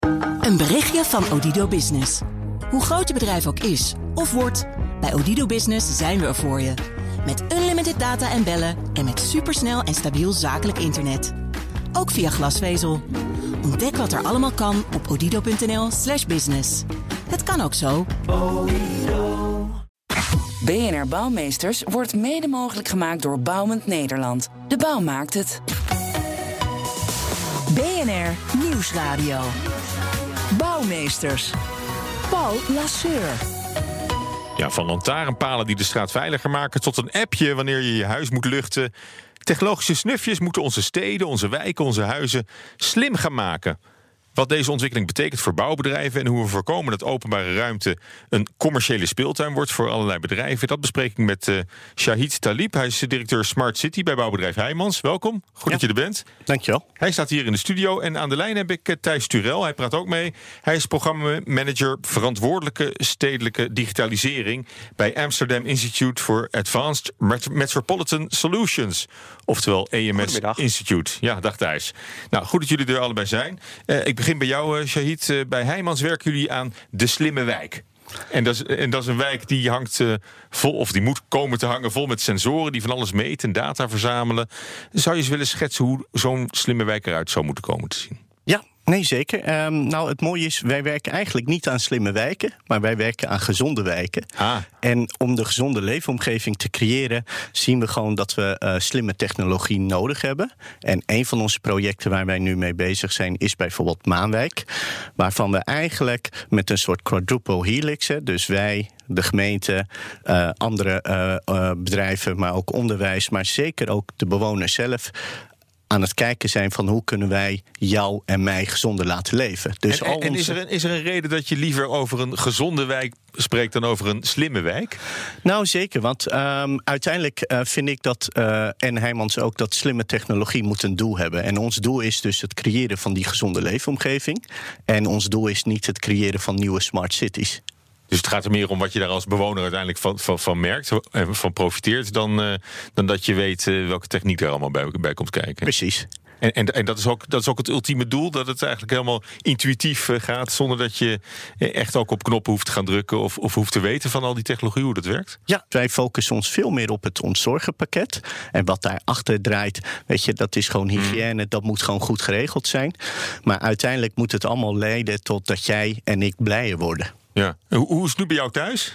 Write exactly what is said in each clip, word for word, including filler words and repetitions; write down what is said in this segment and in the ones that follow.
Een berichtje van Odido Business. Hoe groot je bedrijf ook is of wordt, bij Odido Business zijn we er voor je. Met unlimited data en bellen en met supersnel en stabiel zakelijk internet. Ook via glasvezel. Ontdek wat er allemaal kan op odido.nl slash business. Het kan ook zo. B N R Bouwmeesters wordt mede mogelijk gemaakt door Bouwend Nederland. De bouw maakt het. B N R Nieuwsradio. Bouwmeesters. Paul Lasseur. Ja, van lantaarnpalen die de straat veiliger maken tot een appje wanneer je je huis moet luchten. Technologische snufjes moeten onze steden, onze wijken, onze huizen slim gaan maken. Wat deze ontwikkeling betekent voor bouwbedrijven en hoe we voorkomen dat openbare ruimte een commerciële speeltuin wordt voor allerlei bedrijven. Dat bespreek ik met uh, Shahid Talib. Hij is directeur Smart City bij bouwbedrijf Heijmans. Welkom, goed ja. dat je er bent. Dankjewel. Hij staat hier in de studio en aan de lijn heb ik uh, Thijs Turel. Hij praat ook mee. Hij is programmamanager verantwoordelijke stedelijke digitalisering bij Amsterdam Institute for Advanced Metropolitan Solutions. Oftewel A M S Institute. Ja, dag Thijs. Nou, goed dat jullie er allebei zijn. Uh, ik begin bij jou, Shahid. Uh, bij Heijmans werken jullie aan de slimme wijk. En dat is, en dat is een wijk die hangt uh, vol, of die moet komen te hangen vol met sensoren die van alles meten en data verzamelen. Zou je eens willen schetsen hoe zo'n slimme wijk eruit zou moeten komen te zien? Ja. Nee, zeker. Um, nou, het mooie is, wij werken eigenlijk niet aan slimme wijken, maar wij werken aan gezonde wijken. Ah. En om de gezonde leefomgeving te creëren, zien we gewoon dat we uh, slimme technologie nodig hebben. En een van onze projecten waar wij nu mee bezig zijn, is bijvoorbeeld Maanwijk. Waarvan we eigenlijk met een soort quadruple helix, hè, dus wij, de gemeente, uh, andere uh, uh, bedrijven, maar ook onderwijs, maar zeker ook de bewoners zelf, aan het kijken zijn van hoe kunnen wij jou en mij gezonder laten leven. Dus en en, al onze... en is, er een, is er een reden dat je liever over een gezonde wijk spreekt dan over een slimme wijk? Nou, zeker. Want um, uiteindelijk uh, vind ik dat, uh, en Heijmans ook, dat slimme technologie moet een doel hebben. En ons doel is dus het creëren van die gezonde leefomgeving. En ons doel is niet het creëren van nieuwe smart cities. Dus het gaat er meer om wat je daar als bewoner uiteindelijk van, van, van merkt en van profiteert, dan, uh, dan dat je weet uh, welke techniek er allemaal bij, bij komt kijken. Precies. En, en, en dat, is ook, dat is ook het ultieme doel, dat het eigenlijk helemaal intuïtief uh, gaat, zonder dat je echt ook op knoppen hoeft te gaan drukken of, of hoeft te weten van al die technologie, hoe dat werkt? Ja, wij focussen ons veel meer op het ontzorgenpakket. En wat daarachter draait, weet je, dat is gewoon hygiëne, dat moet gewoon goed geregeld zijn. Maar uiteindelijk moet het allemaal leiden tot dat jij en ik blijer worden. Ja. Hoe, hoe is het nu bij jou thuis?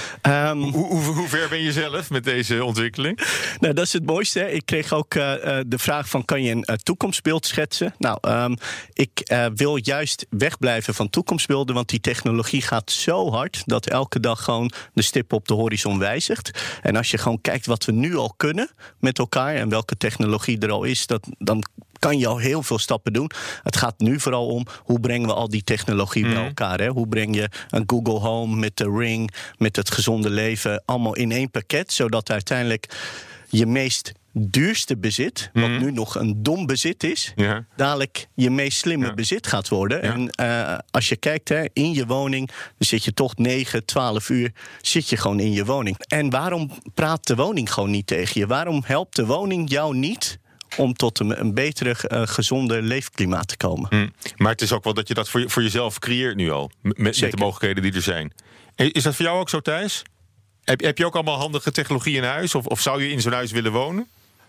Um, hoe, hoe, hoe ver ben je zelf met deze ontwikkeling? Nou, dat is het mooiste. Ik kreeg ook uh, de vraag van, kan je een uh, toekomstbeeld schetsen? Nou, um, ik uh, wil juist wegblijven van toekomstbeelden, want die technologie gaat zo hard dat elke dag gewoon de stip op de horizon wijzigt. En als je gewoon kijkt wat we nu al kunnen met elkaar en welke technologie er al is, dat, dan kan je al heel veel stappen doen. Het gaat nu vooral om, hoe brengen we al die technologie mm. bij elkaar? Hè? Hoe breng je een Google Home met de Ring, met het gezonde leven, allemaal in één pakket, zodat uiteindelijk je meest duurste bezit, wat mm. nu nog een dom bezit is, ja. dadelijk je meest slimme ja. bezit gaat worden. Ja. En uh, als je kijkt, hè, in je woning, dan zit je toch negen, twaalf uur, zit je gewoon in je woning. En waarom praat de woning gewoon niet tegen je? Waarom helpt de woning jou niet om tot een, een betere, uh, gezonde leefklimaat te komen? Mm. Maar het is ook wel dat je dat voor, je, voor jezelf creëert nu al, met, met de mogelijkheden die er zijn. Is dat voor jou ook zo, Thijs? Heb, heb je ook allemaal handige technologie in huis? Of, of zou je in zo'n huis willen wonen?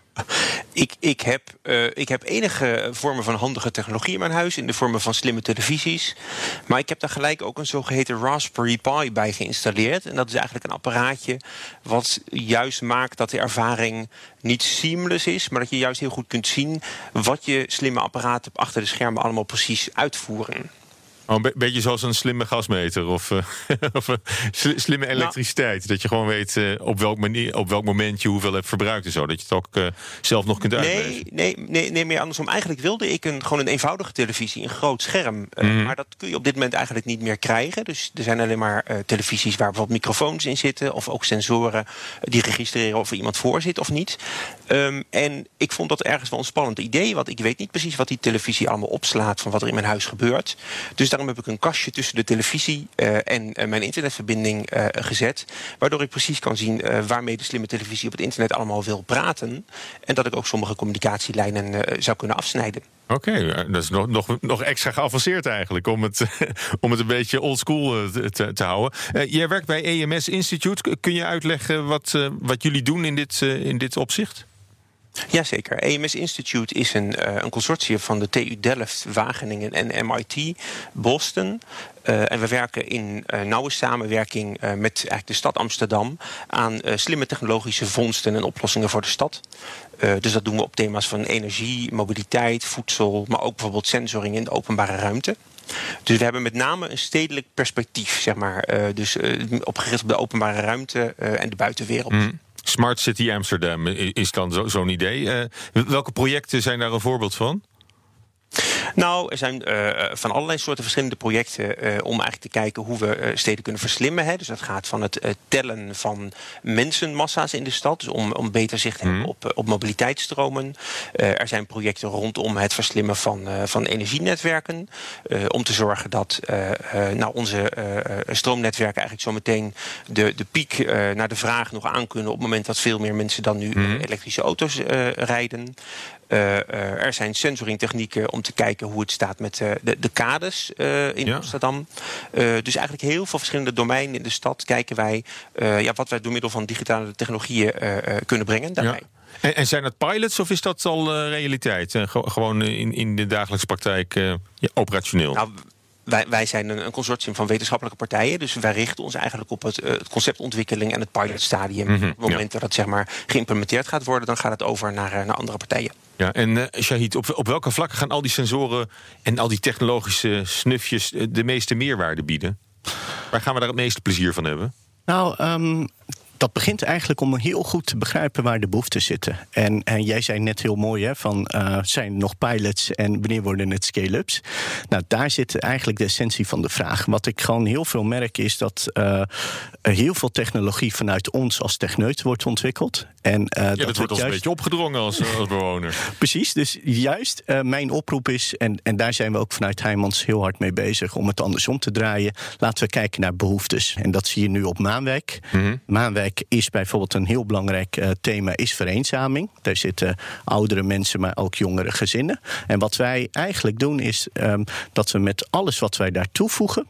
Ik, ik, heb, uh, ik heb enige vormen van handige technologie in mijn huis, in de vormen van slimme televisies. Maar ik heb daar gelijk ook een zogeheten Raspberry Pi bij geïnstalleerd. En dat is eigenlijk een apparaatje wat juist maakt dat de ervaring niet seamless is, maar dat je juist heel goed kunt zien wat je slimme apparaten achter de schermen allemaal precies uitvoeren. Oh, een be- beetje zoals een slimme gasmeter of, uh, of uh, sl- slimme elektriciteit. Nou, dat je gewoon weet uh, op, welk manier, op welk moment je hoeveel hebt verbruikt en zo. Dat je het ook uh, zelf nog kunt uitlezen. Nee, nee, nee, nee, meer andersom. Eigenlijk wilde ik een, gewoon een eenvoudige televisie, een groot scherm. Uh, mm. Maar dat kun je op dit moment eigenlijk niet meer krijgen. Dus er zijn alleen maar uh, televisies waar bijvoorbeeld microfoons in zitten, of ook sensoren die registreren of er iemand voor zit of niet. Um, en ik vond dat ergens wel een spannend idee, want ik weet niet precies wat die televisie allemaal opslaat van wat er in mijn huis gebeurt. Dus daarom heb ik een kastje tussen de televisie uh, en uh, mijn internetverbinding uh, gezet. Waardoor ik precies kan zien uh, waarmee de slimme televisie op het internet allemaal wil praten. En dat ik ook sommige communicatielijnen uh, zou kunnen afsnijden. Oké, okay, dat is nog, nog, nog extra geavanceerd eigenlijk om het, om het een beetje oldschool te, te, te houden. Uh, jij werkt bij E M S Institute. Kun je uitleggen wat, uh, wat jullie doen in dit, uh, in dit opzicht? Jazeker. E M S Institute is een, uh, een consortium van de T U Delft, Wageningen en M I T Boston. Uh, en we werken in uh, nauwe samenwerking uh, met eigenlijk de stad Amsterdam aan uh, slimme technologische vondsten en oplossingen voor de stad. Uh, dus dat doen we op thema's van energie, mobiliteit, voedsel, maar ook bijvoorbeeld sensoring in de openbare ruimte. Dus we hebben met name een stedelijk perspectief, zeg maar. Uh, dus uh, opgericht op de openbare ruimte uh, en de buitenwereld. Mm. Smart City Amsterdam is dan zo, zo'n idee. Uh, welke projecten zijn daar een voorbeeld van? Nou, er zijn uh, van allerlei soorten verschillende projecten uh, om eigenlijk te kijken hoe we uh, steden kunnen verslimmen. Hè. Dus dat gaat van het uh, tellen van mensenmassa's in de stad, dus om, om beter zicht te hebben op, uh, op mobiliteitsstromen. Uh, er zijn projecten rondom het verslimmen van, uh, van energienetwerken. Uh, om te zorgen dat uh, uh, nou, onze uh, stroomnetwerken eigenlijk zometeen de, de piek uh, naar de vraag nog aankunnen op het moment dat veel meer mensen dan nu uh, elektrische auto's uh, rijden. Uh, uh, er zijn sensoringtechnieken om te kijken hoe het staat met uh, de, de kades uh, in ja. Amsterdam. Uh, dus eigenlijk heel veel verschillende domeinen in de stad kijken wij uh, ja, wat wij door middel van digitale technologieën uh, uh, kunnen brengen daarbij. Ja. En, en zijn dat pilots of is dat al uh, realiteit? Uh, gewoon in, in de dagelijkse praktijk uh, ja, operationeel? Nou, Wij, wij zijn een, een consortium van wetenschappelijke partijen. Dus wij richten ons eigenlijk op het, uh, het conceptontwikkeling en het pilotstadium. Mm-hmm, op het moment ja. dat het zeg maar, geïmplementeerd gaat worden, dan gaat het over naar, uh, naar andere partijen. Ja, en uh, Shahid, op, op welke vlakken gaan al die sensoren en al die technologische snufjes de meeste meerwaarde bieden? Waar gaan we daar het meeste plezier van hebben? Nou, um, dat begint eigenlijk om heel goed te begrijpen waar de behoeften zitten. En, en jij zei net heel mooi, hè, van uh, zijn er nog pilots en wanneer worden het scale-ups? Nou, daar zit eigenlijk de essentie van de vraag. Wat ik gewoon heel veel merk is dat uh, heel veel technologie vanuit ons als techneut wordt ontwikkeld. En, uh, ja, dat, dat wordt ons juist een beetje opgedrongen als, als bewoner. Precies, dus juist uh, mijn oproep is, en, en daar zijn we ook vanuit Heijmans heel hard mee bezig om het andersom te draaien. Laten we kijken naar behoeftes. En dat zie je nu op Maanwijk. Mm-hmm. Maanwijk is bijvoorbeeld een heel belangrijk uh, thema, is vereenzaming. Daar zitten oudere mensen, maar ook jongere gezinnen. En wat wij eigenlijk doen is um, dat we met alles wat wij daar toevoegen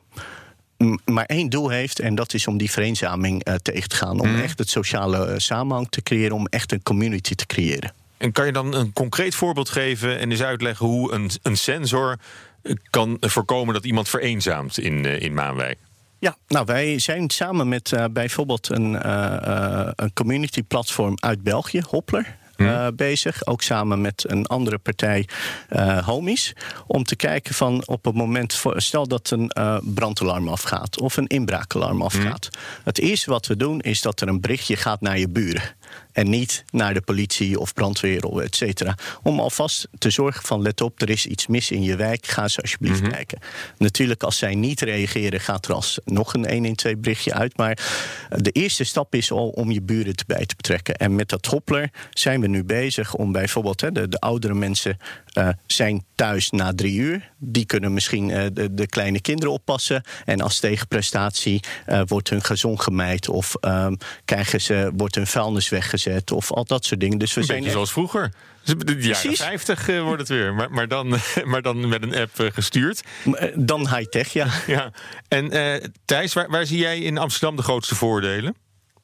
maar één doel heeft, en dat is om die vereenzaming uh, tegen te gaan. Om mm. echt het sociale uh, samenhang te creëren, om echt een community te creëren. En kan je dan een concreet voorbeeld geven en eens uitleggen hoe een, een sensor kan voorkomen dat iemand vereenzaamt in, uh, in Maanwijk? Ja, nou wij zijn samen met uh, bijvoorbeeld een, uh, uh, een community platform uit België, Hoppler. Uh, bezig, ook samen met een andere partij, uh, Homies, om te kijken van op het moment, voor, stel dat een uh, brandalarm afgaat of een inbraakalarm afgaat. Mm. Het eerste wat we doen is dat er een berichtje gaat naar je buren. En niet naar de politie of brandweer, et cetera. Om alvast te zorgen van, let op, er is iets mis in je wijk. Ga eens alsjeblieft mm-hmm. kijken. Natuurlijk, als zij niet reageren, gaat er alsnog een honderdtwaalf berichtje uit. Maar de eerste stap is al om je buren erbij te betrekken. En met dat Hoppler zijn we nu bezig om bijvoorbeeld, hè, de, de oudere mensen uh, zijn thuis na drie uur. Die kunnen misschien uh, de, de kleine kinderen oppassen. En als tegenprestatie uh, wordt hun gazon gemaaid of um, krijgen ze, wordt hun vuilnis weggezet of al dat soort dingen. Dus we een zijn beetje echt... zoals vroeger. De jaren vijftig uh, wordt het weer, maar, maar, dan, maar dan met een app uh, gestuurd. Dan high-tech, ja. ja. En uh, Thijs, waar, waar zie jij in Amsterdam de grootste voordelen?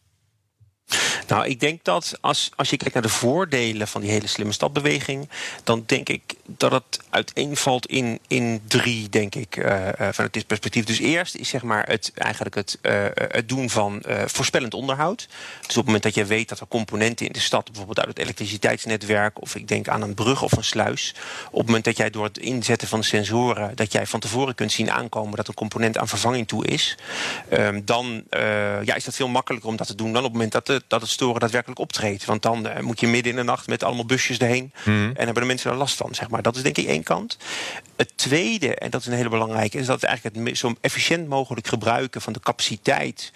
Nou, ik denk dat als, als je kijkt naar de voordelen van die hele slimme stadbeweging, dan denk ik dat het uiteenvalt in, in drie, denk ik, uh, vanuit dit perspectief. Dus eerst is zeg maar het, eigenlijk het, uh, het doen van uh, voorspellend onderhoud. Dus op het moment dat je weet dat er componenten in de stad, bijvoorbeeld uit het elektriciteitsnetwerk, of ik denk aan een brug of een sluis, op het moment dat jij door het inzetten van de sensoren, dat jij van tevoren kunt zien aankomen dat een component aan vervanging toe is, um, dan uh, ja, is dat veel makkelijker om dat te doen dan op het moment dat, de, dat het storen daadwerkelijk optreedt. Want dan uh, moet je midden in de nacht met allemaal busjes erheen mm. en hebben de mensen er last van, zeg maar. Dat is denk ik één kant. Het tweede, en dat is een hele belangrijke, is dat we eigenlijk het zo efficiënt mogelijk gebruiken van de capaciteit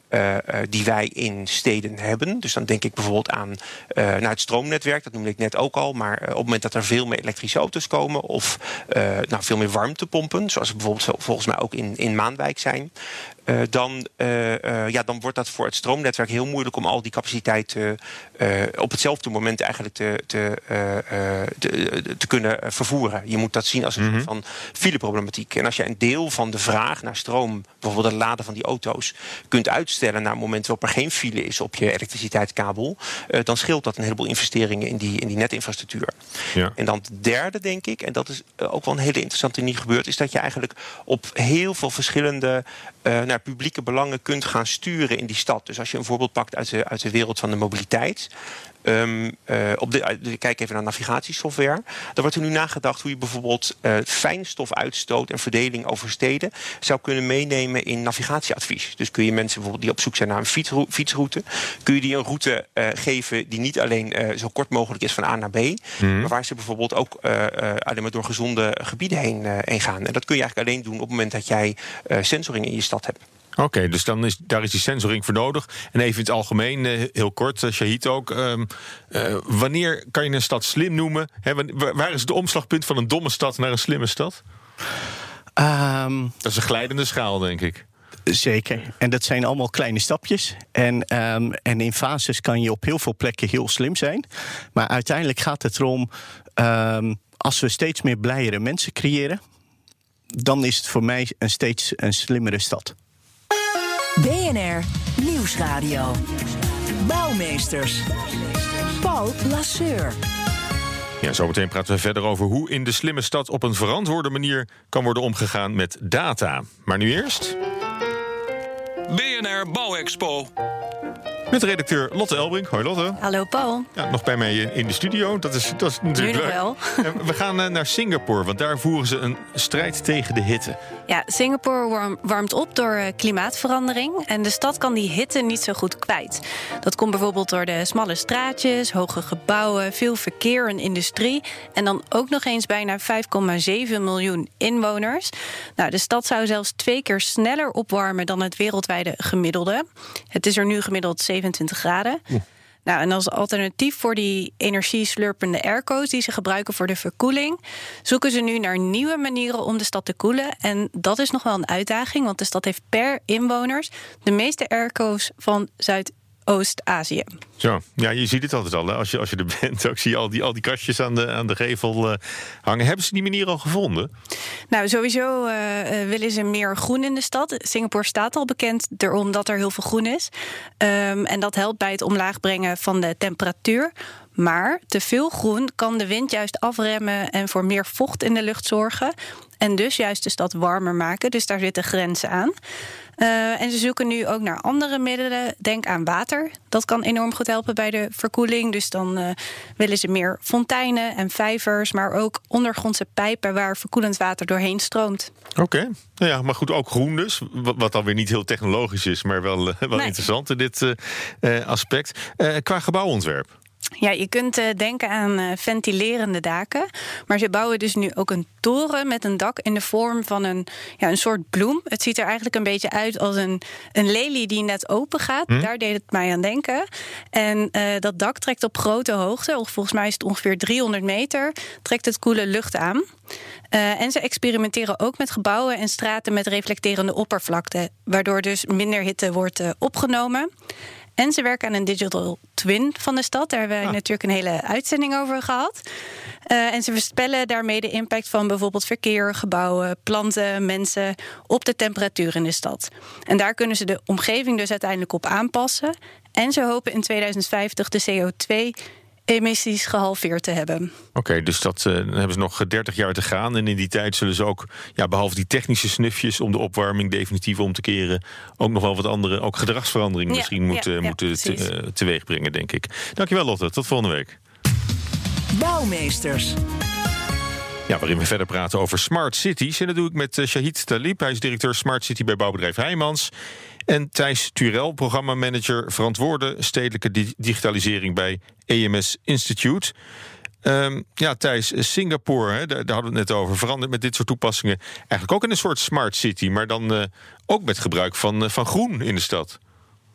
uh, uh, die wij in steden hebben. Dus dan denk ik bijvoorbeeld aan uh, naar het stroomnetwerk. Dat noemde ik net ook al. Maar uh, op het moment dat er veel meer elektrische auto's komen of uh, nou, veel meer warmtepompen, zoals er bijvoorbeeld volgens mij ook in, in Maanwijk zijn. Uh, dan, uh, uh, ja, dan wordt dat voor het stroomnetwerk heel moeilijk om al die capaciteit uh, uh, op hetzelfde moment eigenlijk te, te, uh, uh, te, te kunnen vervoeren. Je moet dat zien als een mm-hmm. soort van fileproblematiek. En als je een deel van de vraag naar stroom, bijvoorbeeld het laden van die auto's, kunt uitstellen naar het moment waarop er geen file is op je elektriciteitskabel, uh, dan scheelt dat een heleboel investeringen in die, in die netinfrastructuur. Ja. En dan het derde, denk ik, en dat is ook wel een hele interessante die gebeurt, is dat je eigenlijk op heel veel verschillende uh, naar publieke belangen kunt gaan sturen in die stad. Dus als je een voorbeeld pakt uit de, uit de wereld van de mobiliteit. Um, uh, op de, uh, kijk even naar navigatiesoftware. Dan wordt er nu nagedacht hoe je bijvoorbeeld uh, fijnstofuitstoot en verdeling over steden zou kunnen meenemen in navigatieadvies. Dus kun je mensen bijvoorbeeld die op zoek zijn naar een fietsroute, kun je die een route uh, geven die niet alleen uh, zo kort mogelijk is van A naar B, mm-hmm. maar waar ze bijvoorbeeld ook uh, uh, alleen maar door gezonde gebieden heen, uh, heen gaan. En dat kun je eigenlijk alleen doen op het moment dat jij uh, sensoring in je stad hebt. Oké, okay, dus dan is, daar is die sensoring voor nodig. En even in het algemeen, uh, heel kort, uh, Shahid ook. Um, uh, wanneer kan je een stad slim noemen? He, waar is het omslagpunt van een domme stad naar een slimme stad? Um, dat is een glijdende schaal, denk ik. Zeker. En dat zijn allemaal kleine stapjes. En, um, en in fases kan je op heel veel plekken heel slim zijn. Maar uiteindelijk gaat het erom, um, als we steeds meer blijere mensen creëren, dan is het voor mij een steeds een slimmere stad. B N R Nieuwsradio. Bouwmeesters. Paul Lasseur. Ja, zometeen praten we verder over hoe in de slimme stad op een verantwoorde manier kan worden omgegaan met data. Maar nu eerst B N R Bouwexpo. Met redacteur Lotte Elbrink. Hoi Lotte. Hallo Paul. Ja, nog bij mij in de studio. Dat is, dat is natuurlijk nu nog wel. We gaan naar Singapore, want daar voeren ze een strijd tegen de hitte. Ja, Singapore warmt op door klimaatverandering. En de stad kan die hitte niet zo goed kwijt. Dat komt bijvoorbeeld door de smalle straatjes, hoge gebouwen, veel verkeer en industrie. En dan ook nog eens bijna vijf komma zeven miljoen inwoners. Nou, de stad zou zelfs twee keer sneller opwarmen dan het wereldwijde gemiddelde. Het is er nu gemiddeld zevenentwintig graden. Oeh. Nou, en als alternatief voor die energieslurpende airco's die ze gebruiken voor de verkoeling, zoeken ze nu naar nieuwe manieren om de stad te koelen. En dat is nog wel een uitdaging, want de stad heeft per inwoners de meeste airco's van Zuidoost-Azië. Zo, ja, je ziet het altijd al. Hè? Als je, als je er bent, ook zie je al die, al die kastjes aan de, aan de gevel uh, hangen. Hebben ze die manier al gevonden? Nou, sowieso uh, willen ze meer groen in de stad. Singapore staat al bekend erom dat er heel veel groen is. Um, en dat helpt bij het omlaag brengen van de temperatuur. Maar te veel groen kan de wind juist afremmen en voor meer vocht in de lucht zorgen. En dus juist de stad warmer maken. Dus daar zitten grenzen aan. Uh, en ze zoeken nu ook naar andere middelen. Denk aan water. Dat kan enorm goed helpen bij de verkoeling. Dus dan uh, willen ze meer fonteinen en vijvers, maar ook ondergrondse pijpen waar verkoelend water doorheen stroomt. Oké, okay. Nou ja, maar goed, ook groen dus. Wat, wat dan weer niet heel technologisch is, maar wel, uh, wel nee. interessant in dit uh, uh, aspect. Uh, qua gebouwontwerp. Ja, je kunt uh, denken aan uh, ventilerende daken. Maar ze bouwen dus nu ook een toren met een dak in de vorm van een, ja, een soort bloem. Het ziet er eigenlijk een beetje uit als een, een lelie die net open gaat. Hm? Daar deed het mij aan denken. En uh, dat dak trekt op grote hoogte, volgens mij is het ongeveer driehonderd meter, trekt het koele lucht aan. Uh, en ze experimenteren ook met gebouwen en straten met reflecterende oppervlakte, waardoor dus minder hitte wordt uh, opgenomen. En ze werken aan een digital twin van de stad. Daar hebben we ah. natuurlijk een hele uitzending over gehad. Uh, en ze voorspellen daarmee de impact van bijvoorbeeld verkeer, gebouwen, planten, mensen op de temperatuur in de stad. En daar kunnen ze de omgeving dus uiteindelijk op aanpassen. En ze hopen in tweeduizend vijftig de C O twee emissies gehalveerd te hebben. Oké, okay, dus dat uh, dan hebben ze nog dertig jaar te gaan. En in die tijd zullen ze ook, ja, behalve die technische snufjes om de opwarming definitief om te keren, ook nog wel wat andere, ook gedragsveranderingen ja, misschien moeten, ja, ja, moeten te, uh, teweeg brengen, denk ik. Dankjewel, Lotte. Tot volgende week. Bouwmeesters. Ja, waarin we verder praten over smart cities. En dat doe ik met uh, Shahid Talib. Hij is directeur Smart City bij bouwbedrijf Heijmans. En Thijs Turel, programmamanager verantwoorde stedelijke di- digitalisering bij E M S Institute. Um, ja, Thijs, Singapore, hè, daar, daar hadden we het net over, verandert met dit soort toepassingen eigenlijk ook in een soort smart city, maar dan uh, ook met gebruik van, uh, van groen in de stad.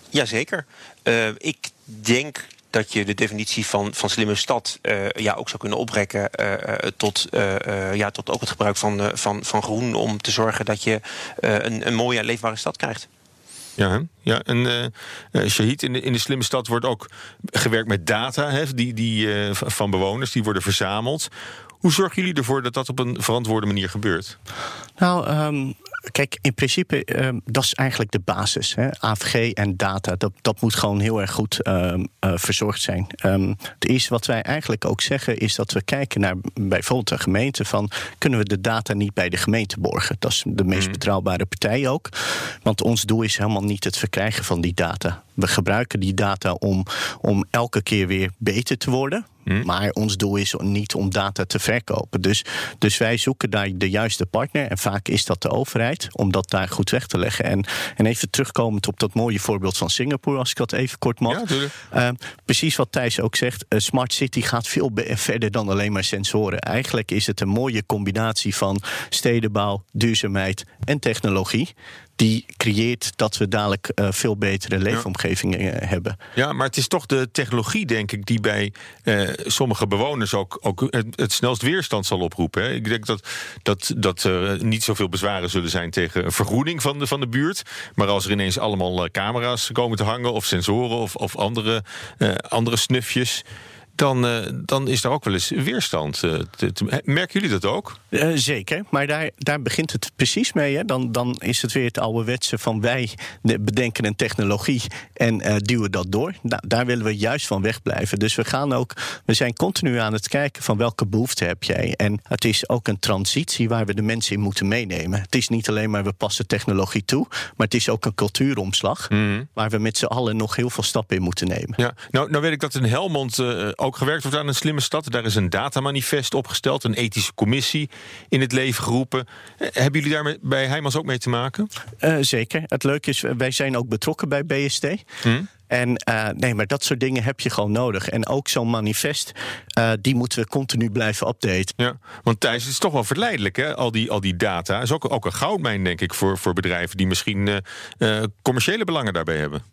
Jazeker. Uh, ik denk dat je de definitie van, van slimme stad uh, ja, ook zou kunnen oprekken uh, tot, uh, uh, ja, tot ook het gebruik van, uh, van, van groen, om te zorgen dat je uh, een, een mooie en leefbare stad krijgt. Ja, ja, en uh, Shahid, in de, in de slimme stad wordt ook gewerkt met data, hè, die, die, uh, van bewoners, die worden verzameld. Hoe zorgen jullie ervoor dat dat op een verantwoorde manier gebeurt? Nou, um, kijk, in principe, um, dat is eigenlijk de basis. Hè. A V G en data, dat, dat moet gewoon heel erg goed um, uh, verzorgd zijn. Um, het eerste wat wij eigenlijk ook zeggen is dat we kijken naar bijvoorbeeld de gemeente van, kunnen we de data niet bij de gemeente borgen? Dat is de meest betrouwbare partij ook. Want ons doel is helemaal niet het verkrijgen van die data. We gebruiken die data om, om elke keer weer beter te worden. Hmm. Maar ons doel is niet om data te verkopen. Dus, dus wij zoeken daar de juiste partner. En vaak is dat de overheid, om dat daar goed weg te leggen. En, en even terugkomend op dat mooie voorbeeld van Singapore, als ik dat even kort mag. Ja, uh, precies wat Thijs ook zegt. Uh, Smart City gaat veel be- verder dan alleen maar sensoren. Eigenlijk is het een mooie combinatie van stedenbouw, duurzaamheid en technologie. Die creëert dat we dadelijk uh, veel betere leefomgevingen uh, hebben. Ja, maar het is toch de technologie, denk ik, die bij uh, sommige bewoners ook, ook het, het snelst weerstand zal oproepen. Hè. Ik denk dat, dat, dat er niet zoveel bezwaren zullen zijn tegen vergroening van de, van de buurt. Maar als er ineens allemaal uh, camera's komen te hangen, of sensoren of, of andere, uh, andere snufjes, Dan, uh, dan is er ook wel eens weerstand. Uh, te, te, merken jullie dat ook? Uh, zeker, maar daar, daar begint het precies mee. Hè. Dan, dan is het weer het ouderwetse van wij bedenken een technologie en uh, duwen dat door. Nou, daar willen we juist van wegblijven. Dus we gaan ook, we zijn continu aan het kijken van welke behoefte heb jij. En het is ook een transitie waar we de mensen in moeten meenemen. Het is niet alleen maar we passen technologie toe, maar het is ook een cultuuromslag, mm. waar we met z'n allen nog heel veel stappen in moeten nemen. Ja, nou, nou weet ik dat in Helmond uh, ook gewerkt wordt aan een slimme stad. Daar is een datamanifest opgesteld, een ethische commissie in het leven geroepen. Uh, hebben jullie daar bij Heijmans ook mee te maken? Uh, zeker. Het leuke is, wij zijn ook betrokken bij B S T. Hmm. En uh, nee, maar dat soort dingen heb je gewoon nodig. En ook zo'n manifest, uh, die moeten we continu blijven updaten. Ja, want Thijs, het is toch wel verleidelijk, hè? Al die, al die data. Is ook, ook een goudmijn, denk ik, voor, voor bedrijven die misschien uh, uh, commerciële belangen daarbij hebben.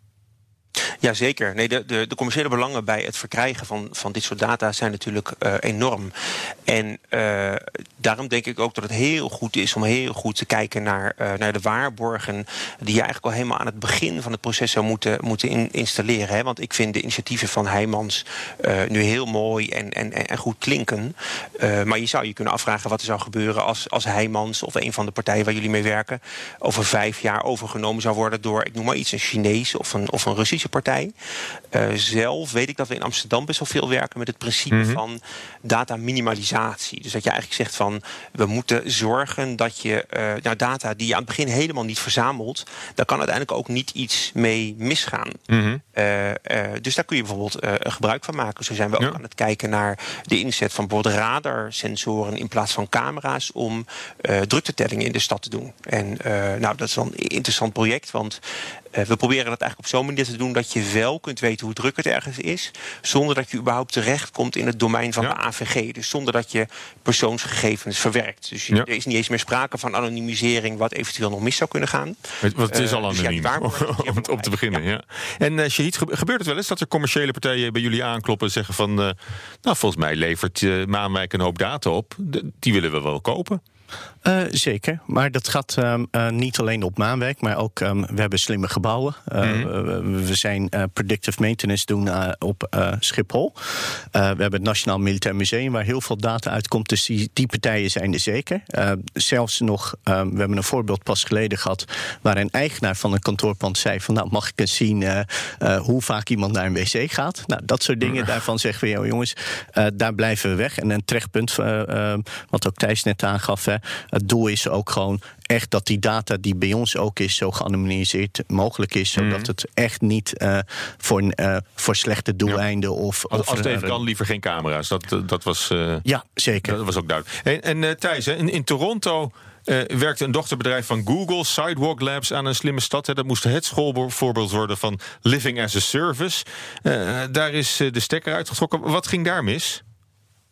Jazeker. Nee, de, de, de commerciële belangen bij het verkrijgen van, van dit soort data zijn natuurlijk uh, enorm. En uh, daarom denk ik ook dat het heel goed is om heel goed te kijken naar, uh, naar de waarborgen die je eigenlijk al helemaal aan het begin van het proces zou moeten, moeten in, installeren. Hè? Want ik vind de initiatieven van Heijmans uh, nu heel mooi en, en, en goed klinken. Uh, maar je zou je kunnen afvragen wat er zou gebeuren als, als Heijmans of een van de partijen waar jullie mee werken over vijf jaar overgenomen zou worden door, ik noem maar iets, een Chinese of een, of een Russische partij. Uh, zelf weet ik dat we in Amsterdam best wel veel werken met het principe mm-hmm. van data-minimalisatie. Dus dat je eigenlijk zegt van, we moeten zorgen dat je uh, nou, data die je aan het begin helemaal niet verzamelt, daar kan uiteindelijk ook niet iets mee misgaan. Mm-hmm. Uh, uh, dus daar kun je bijvoorbeeld uh, gebruik van maken. Zo zijn we ook ja. aan het kijken naar de inzet van bijvoorbeeld radarsensoren in plaats van camera's om uh, druktetellingen in de stad te doen. En uh, nou, dat is wel een interessant project, want Uh, we proberen dat eigenlijk op zo'n manier te doen dat je wel kunt weten hoe druk het ergens is, zonder dat je überhaupt terechtkomt in het domein van ja. de A V G. Dus zonder dat je persoonsgegevens verwerkt. Dus je, ja. er is niet eens meer sprake van anonimisering, wat eventueel nog mis zou kunnen gaan. Want het is al anoniem, uh, dus ja, om, om te beginnen. Ja. Ja. En uh, Shahid, gebeurt het wel eens dat er commerciële partijen bij jullie aankloppen en zeggen van, uh, nou, volgens mij levert uh, Maanwijk een hoop data op. De, die willen we wel kopen. Uh, zeker, maar dat gaat um, uh, niet alleen op Maanwijk, maar ook um, we hebben slimme gebouwen. Uh, mm-hmm. uh, we zijn uh, predictive maintenance doen uh, op uh, Schiphol. Uh, we hebben het Nationaal Militair Museum waar heel veel data uitkomt, dus die, die partijen zijn er zeker. Uh, zelfs nog, um, we hebben een voorbeeld pas geleden gehad waar een eigenaar van een kantoorpand zei van, nou, mag ik eens zien uh, uh, hoe vaak iemand naar een wc gaat? Nou, dat soort dingen, mm. daarvan zeggen we, joh, jongens, uh, daar blijven we weg. En een terechtpunt, uh, uh, wat ook Thijs net aangaf, hè, het doel is ook gewoon echt dat die data die bij ons ook is zo geanonimiseerd mogelijk is, zodat mm-hmm. het echt niet uh, voor, uh, voor slechte doeleinden ja. of, als, of als het even kan, liever geen camera's. Dat, dat was uh, ja, zeker. Dat was ook duidelijk. En, en uh, Thijs, in, in Toronto Uh, werkte een dochterbedrijf van Google, Sidewalk Labs, aan een slimme stad. Hè. Dat moest het schoolvoorbeeld worden van Living as a Service. Uh, daar is uh, de stekker uitgetrokken. Wat ging daar mis?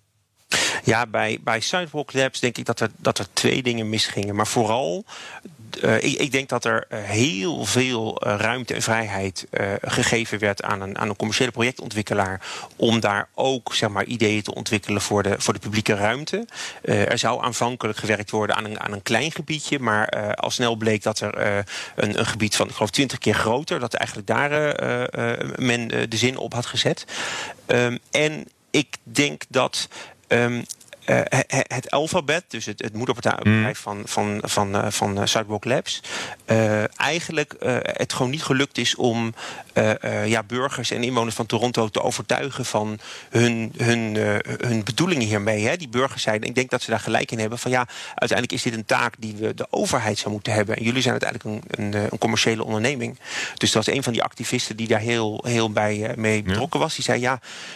Ja, bij, bij Sidewalk Labs denk ik dat er, dat er twee dingen misgingen. Maar vooral uh, ik, ik denk dat er uh, heel veel uh, ruimte en vrijheid uh, gegeven werd aan een, aan een commerciële projectontwikkelaar om daar ook zeg maar, ideeën te ontwikkelen voor de, voor de publieke ruimte. Uh, er zou aanvankelijk gewerkt worden aan een, aan een klein gebiedje, maar uh, al snel bleek dat er uh, een, een gebied van, ik geloof, twintig keer groter, dat eigenlijk daar uh, uh, men uh, de zin op had gezet. Um, en ik denk dat Um, Uh, het alfabet, dus het, het moederbedrijf van, van, van, uh, van Sidewalk Labs, uh, eigenlijk uh, het gewoon niet gelukt is om uh, uh, ja, burgers en inwoners van Toronto te overtuigen van hun, hun, uh, hun bedoelingen hiermee. Hè. Die burgers zeiden, ik denk dat ze daar gelijk in hebben, van ja, uiteindelijk is dit een taak die we de overheid zou moeten hebben. En jullie zijn uiteindelijk een, een, een commerciële onderneming. Dus dat was een van die activisten die daar heel, heel bij uh, mee betrokken was. Die zei, ja,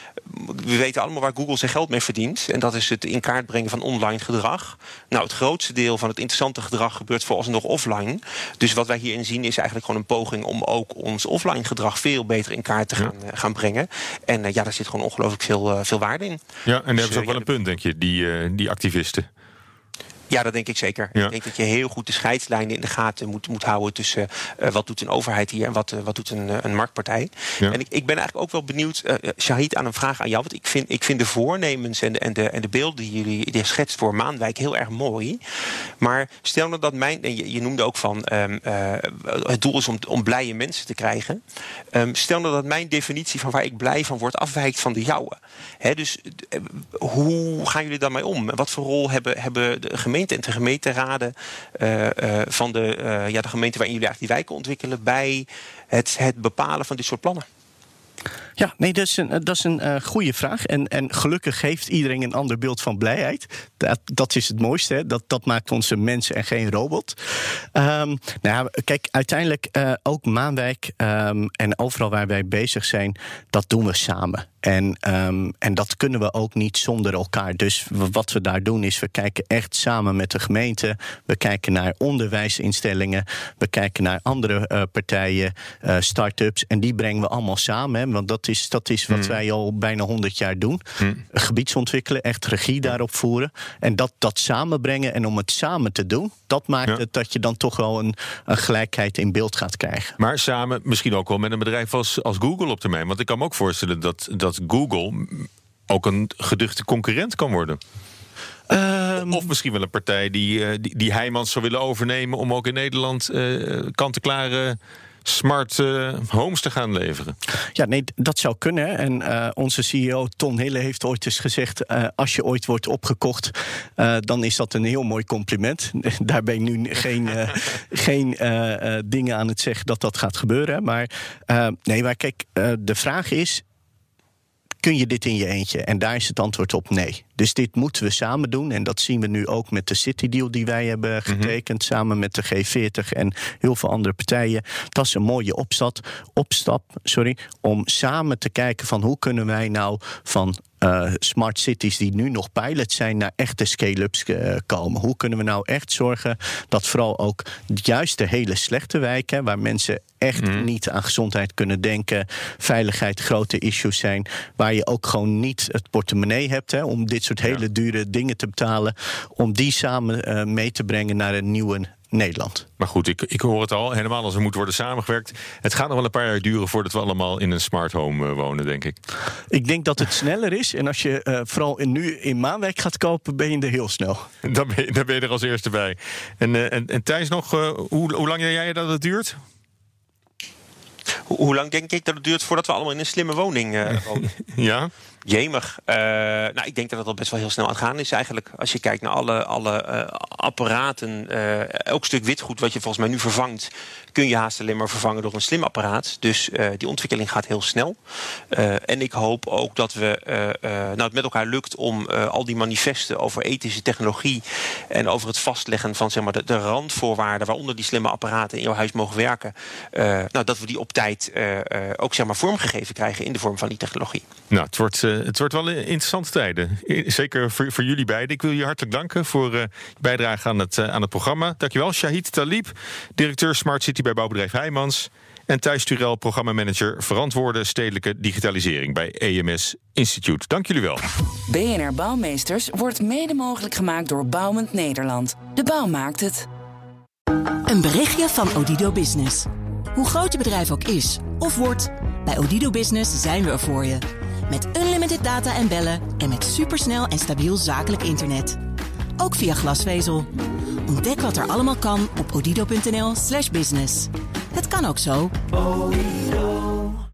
we weten allemaal waar Google zijn geld mee verdient. En dat is het in kaart brengen van online gedrag. Nou, het grootste deel van het interessante gedrag gebeurt vooralsnog offline. Dus wat wij hierin zien is eigenlijk gewoon een poging om ook ons offline gedrag veel beter in kaart te gaan, ja. uh, gaan brengen. En uh, ja, daar zit gewoon ongelooflijk veel, uh, veel waarde in. Ja, en daar dus, hebben ze ook uh, wel ja, een punt, denk je, die, uh, die activisten. Ja, dat denk ik zeker. Ja. Ik denk dat je heel goed de scheidslijnen in de gaten moet, moet houden tussen uh, wat doet een overheid hier en wat, uh, wat doet een, uh, een marktpartij. Ja. En ik, ik ben eigenlijk ook wel benieuwd, uh, Shahid, aan een vraag aan jou. Want ik vind, ik vind de voornemens en de, en, de, en de beelden die jullie die schetst voor Maanwijk heel erg mooi. Maar stel nou dat mijn, en je, je noemde ook van um, uh, het doel is om, om blije mensen te krijgen. Um, stel nou dat mijn definitie van waar ik blij van word afwijkt van de jouwe. Hè, dus uh, hoe gaan jullie daarmee om? Wat voor rol hebben, hebben de gemeenten en de gemeenteraden uh, uh, van de, uh, ja, de gemeente waarin jullie eigenlijk die wijken ontwikkelen bij het, het bepalen van dit soort plannen? Ja, nee, dat is een, dat is een uh, goede vraag. En, en gelukkig heeft iedereen een ander beeld van blijheid. Dat, dat is het mooiste. Hè? Dat, dat maakt ons een mens en geen robot. Um, nou, kijk, uiteindelijk uh, ook Maanwijk um, en overal waar wij bezig zijn, dat doen we samen. En, um, en dat kunnen we ook niet zonder elkaar. Dus wat we daar doen is, we kijken echt samen met de gemeente. We kijken naar onderwijsinstellingen. We kijken naar andere uh, partijen, uh, start-ups. En die brengen we allemaal samen. Hè? Want dat is, dat is wat mm. wij al bijna honderd jaar doen. Mm. Gebieds ontwikkelen, echt regie daarop voeren. En dat, dat samenbrengen en om het samen te doen, dat maakt ja. het dat je dan toch wel een, een gelijkheid in beeld gaat krijgen. Maar samen misschien ook wel met een bedrijf als, als Google op termijn. Want ik kan me ook voorstellen dat, dat Google ook een geduchte concurrent kan worden. Um, of misschien wel een partij die, die, die Heijmans zou willen overnemen om ook in Nederland uh, kant-en-klare smart uh, homes te gaan leveren. Ja, nee, dat zou kunnen. En uh, onze C E O Ton Hille heeft ooit eens gezegd, Uh, als je ooit wordt opgekocht, uh, dan is dat een heel mooi compliment. Daar ben ik nu geen, uh, geen uh, uh, dingen aan het zeggen dat dat gaat gebeuren. Maar uh, nee, maar kijk, uh, de vraag is, kun je dit in je eentje? En daar is het antwoord op nee. Dus dit moeten we samen doen. En dat zien we nu ook met de City Deal die wij hebben getekend, mm-hmm. samen met de G veertig en heel veel andere partijen. Dat is een mooie opstap, opstap sorry, om samen te kijken van hoe kunnen wij nou van Uh, smart cities die nu nog pilot zijn naar echte scale-ups uh, komen. Hoe kunnen we nou echt zorgen dat vooral ook juist de hele slechte wijken, waar mensen echt mm. niet aan gezondheid kunnen denken, veiligheid grote issues zijn, waar je ook gewoon niet het portemonnee hebt hè, om dit soort hele ja. dure dingen te betalen, om die samen uh, mee te brengen naar een nieuwe Nederland. Maar goed, ik, ik hoor het al, helemaal als er moet worden samengewerkt. Het gaat nog wel een paar jaar duren voordat we allemaal in een smart home uh, wonen, denk ik. Ik denk dat het sneller is. En als je uh, vooral in, nu in Maanwijk gaat kopen, ben je er heel snel. Dan ben je, dan ben je er als eerste bij. En, uh, en, en Thijs nog, uh, hoe, hoe lang denk jij dat het duurt? Hoe, hoe lang denk ik dat het duurt voordat we allemaal in een slimme woning uh, wonen? Ja? Jemig. Uh, nou, ik denk dat het al best wel heel snel aan het gaan is eigenlijk. Als je kijkt naar alle, alle uh, apparaten, uh, elk stuk witgoed wat je volgens mij nu vervangt, kun je haast alleen maar vervangen door een slim apparaat. Dus uh, die ontwikkeling gaat heel snel. Uh, en ik hoop ook dat we, uh, uh, nou, het met elkaar lukt om uh, al die manifesten over ethische technologie en over het vastleggen van zeg maar, de, de randvoorwaarden waaronder die slimme apparaten in jouw huis mogen werken, uh, nou, dat we die op tijd uh, uh, ook zeg maar, vormgegeven krijgen in de vorm van die technologie. Nou, het wordt, uh, het wordt wel interessante tijden. Zeker voor, voor jullie beiden. Ik wil je hartelijk danken voor uh, je bijdrage aan het, uh, aan het programma. Dankjewel, Shahid Talib, directeur Smart City bij bouwbedrijf Heijmans, en Thijs Turel, programmamanager verantwoorde stedelijke digitalisering bij E M S Institute. Dank jullie wel. B N R Bouwmeesters wordt mede mogelijk gemaakt door Bouwend Nederland. De bouw maakt het. Een berichtje van Odido Business. Hoe groot je bedrijf ook is of wordt, bij Odido Business zijn we er voor je. Met unlimited data en bellen en met supersnel en stabiel zakelijk internet. Ook via glasvezel. Ontdek wat er allemaal kan op odido punt n l slash business. Het kan ook zo.